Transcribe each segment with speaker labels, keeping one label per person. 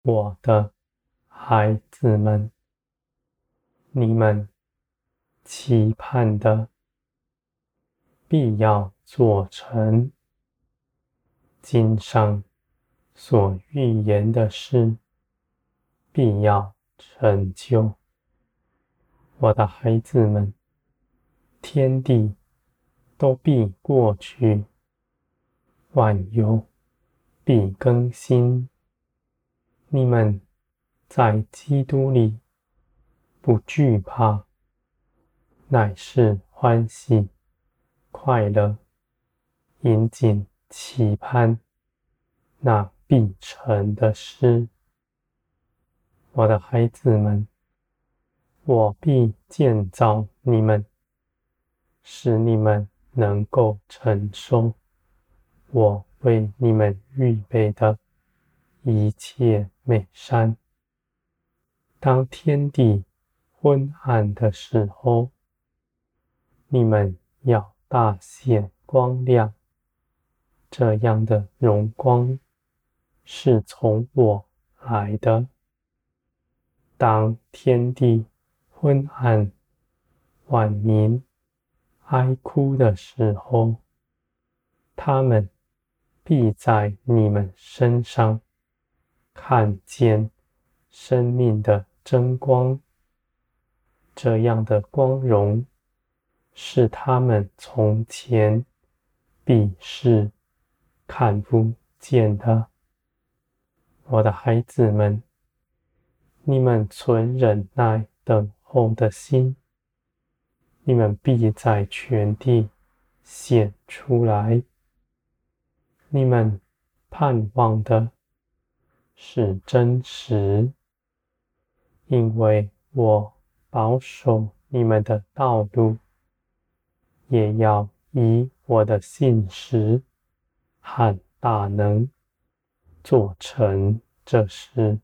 Speaker 1: 我的孩子们，你们期盼的必要做成，经上所预言的事必要成就。我的孩子们，天地都必过去，万有必更新。你们在基督里不惧怕，乃是欢喜快乐，引颈期盼那必成的事。我的孩子们，我必建造你们，使你们能够承受我为你们预备的一切美善。当天地昏暗的时候，你们要大显光亮，这样的荣光是从我来的。当天地昏暗，万民哀哭的时候，他们必在你们身上看见生命的真光。这样的光荣是他们从前必是看不见的。我的孩子们，你们存忍耐等候的心，你们必在全地显出来。你们盼望的是真实，因为我保守你们的道路，也要以我的信实和大能做成这事。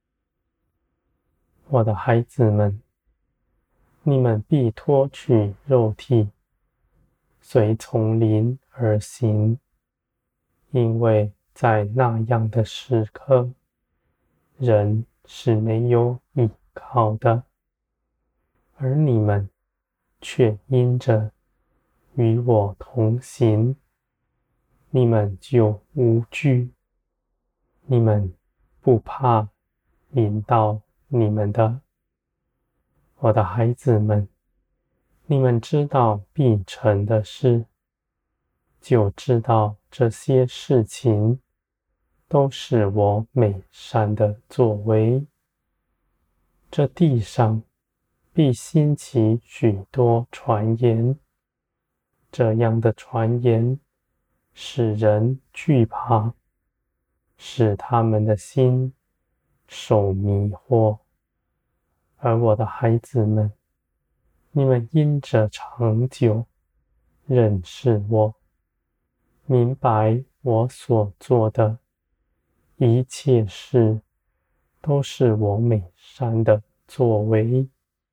Speaker 1: 我的孩子们，你们必脱去肉体，随从灵而行，因为在那样的时刻，人是没有依靠的，而你们却因着与我同行，你们就无惧，你们不怕临到你们的。我的孩子们，你们知道必成的事，就知道这些事情都是我美善的作为。这地上必兴起许多传言，这样的传言使人惧怕，使他们的心受迷惑。而我的孩子们，你们因着长久认识我，明白我所做的一切事都是我美善的作为，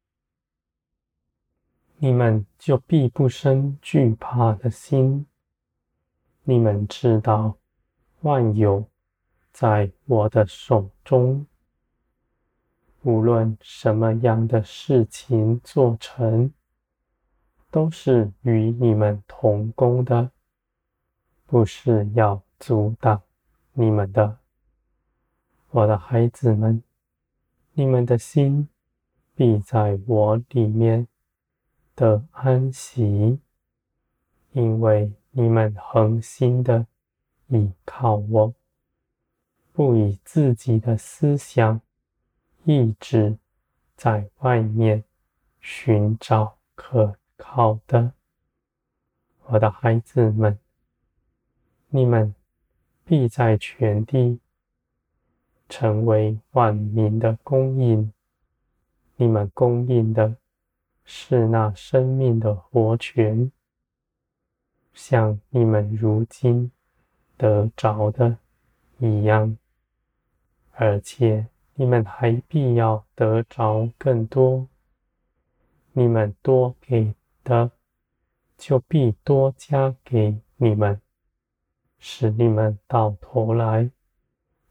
Speaker 1: 你们就必不生惧怕的心。你们知道万有在我的手中，无论什么样的事情做成，都是与你们同工的，不是要阻挡你们的。我的孩子们，你们的心必在我里面得安息，因为你们恒心的倚靠我，不以自己的思想意志在外面寻找可靠的。我的孩子们，你们必在全地成为万民的供应。你们供应的是那生命的活泉，像你们如今得着的一样，而且你们还必要得着更多。你们多给的，就必多加给你们，使你们到头来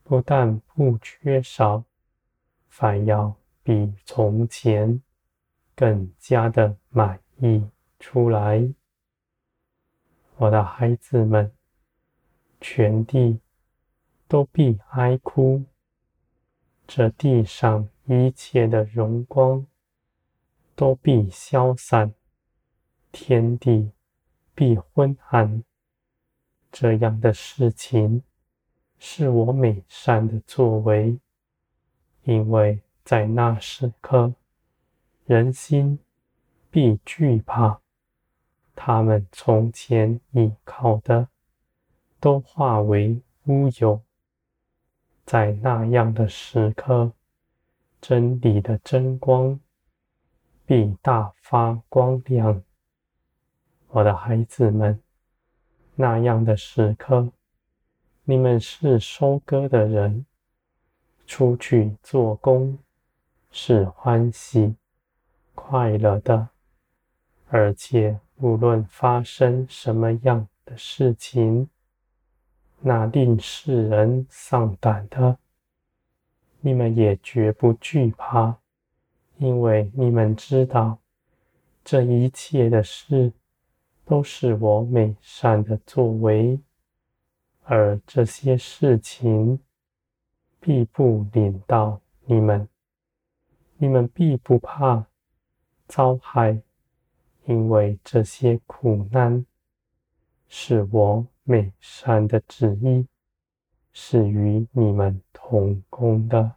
Speaker 1: 不但不缺少，反要比从前更加的满溢出来。我的孩子们，全地都必哀哭，这地上一切的荣光都必消散，天地必昏暗。这样的事情是我美善的作为，因为在那时刻，人心必惧怕，他们从前倚靠的都化为乌有。在那样的时刻，真理的真光必大发光亮。我的孩子们，那样的时刻，你们是收割的人，出去做工是欢喜快乐的，而且无论发生什么样的事情，那令世人丧胆的，你们也绝不惧怕，因为你们知道，这一切的事都是我美善的作为，而这些事情必不临到你们，你们必不怕遭害，因为这些苦难是我美善的旨意，是与你们同工的。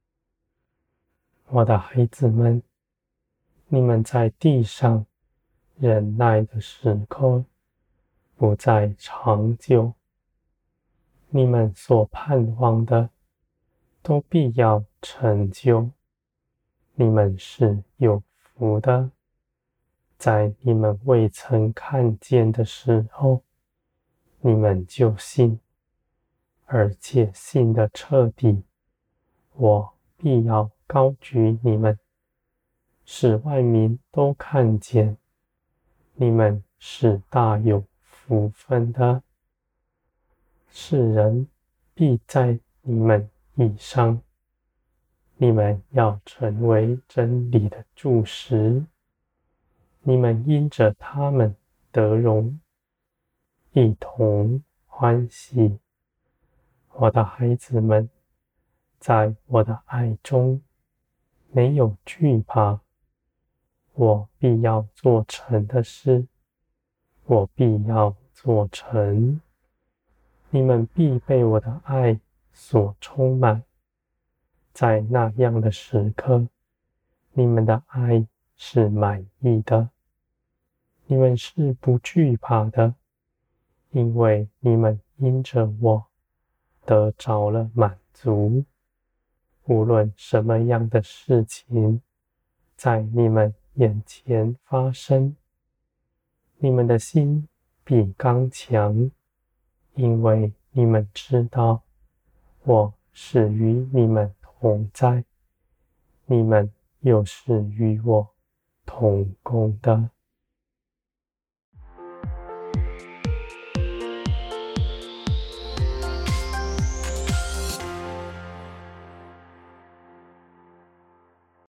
Speaker 1: 我的孩子们，你们在地上忍耐的时刻不再长久，你们所盼望的都必要成就。你们是有福的，在你们未曾看见的时候，你们就信，而且信的彻底。我必要高举你们，使万民都看见，你们是大有福分的。世人必在你们以上，你们要成为真理的柱石，你们因着他们得荣，一同欢喜。我的孩子们，在我的爱中没有惧怕，我必要做成的事，我必要做成。你们必被我的爱所充满，在那样的时刻，你们的爱是满意的，你们是不惧怕的，因为你们因着我得着了满足。无论什么样的事情在你们眼前发生，你们的心必刚强，因为你们知道我是与你们同在，你们又是与我同工的。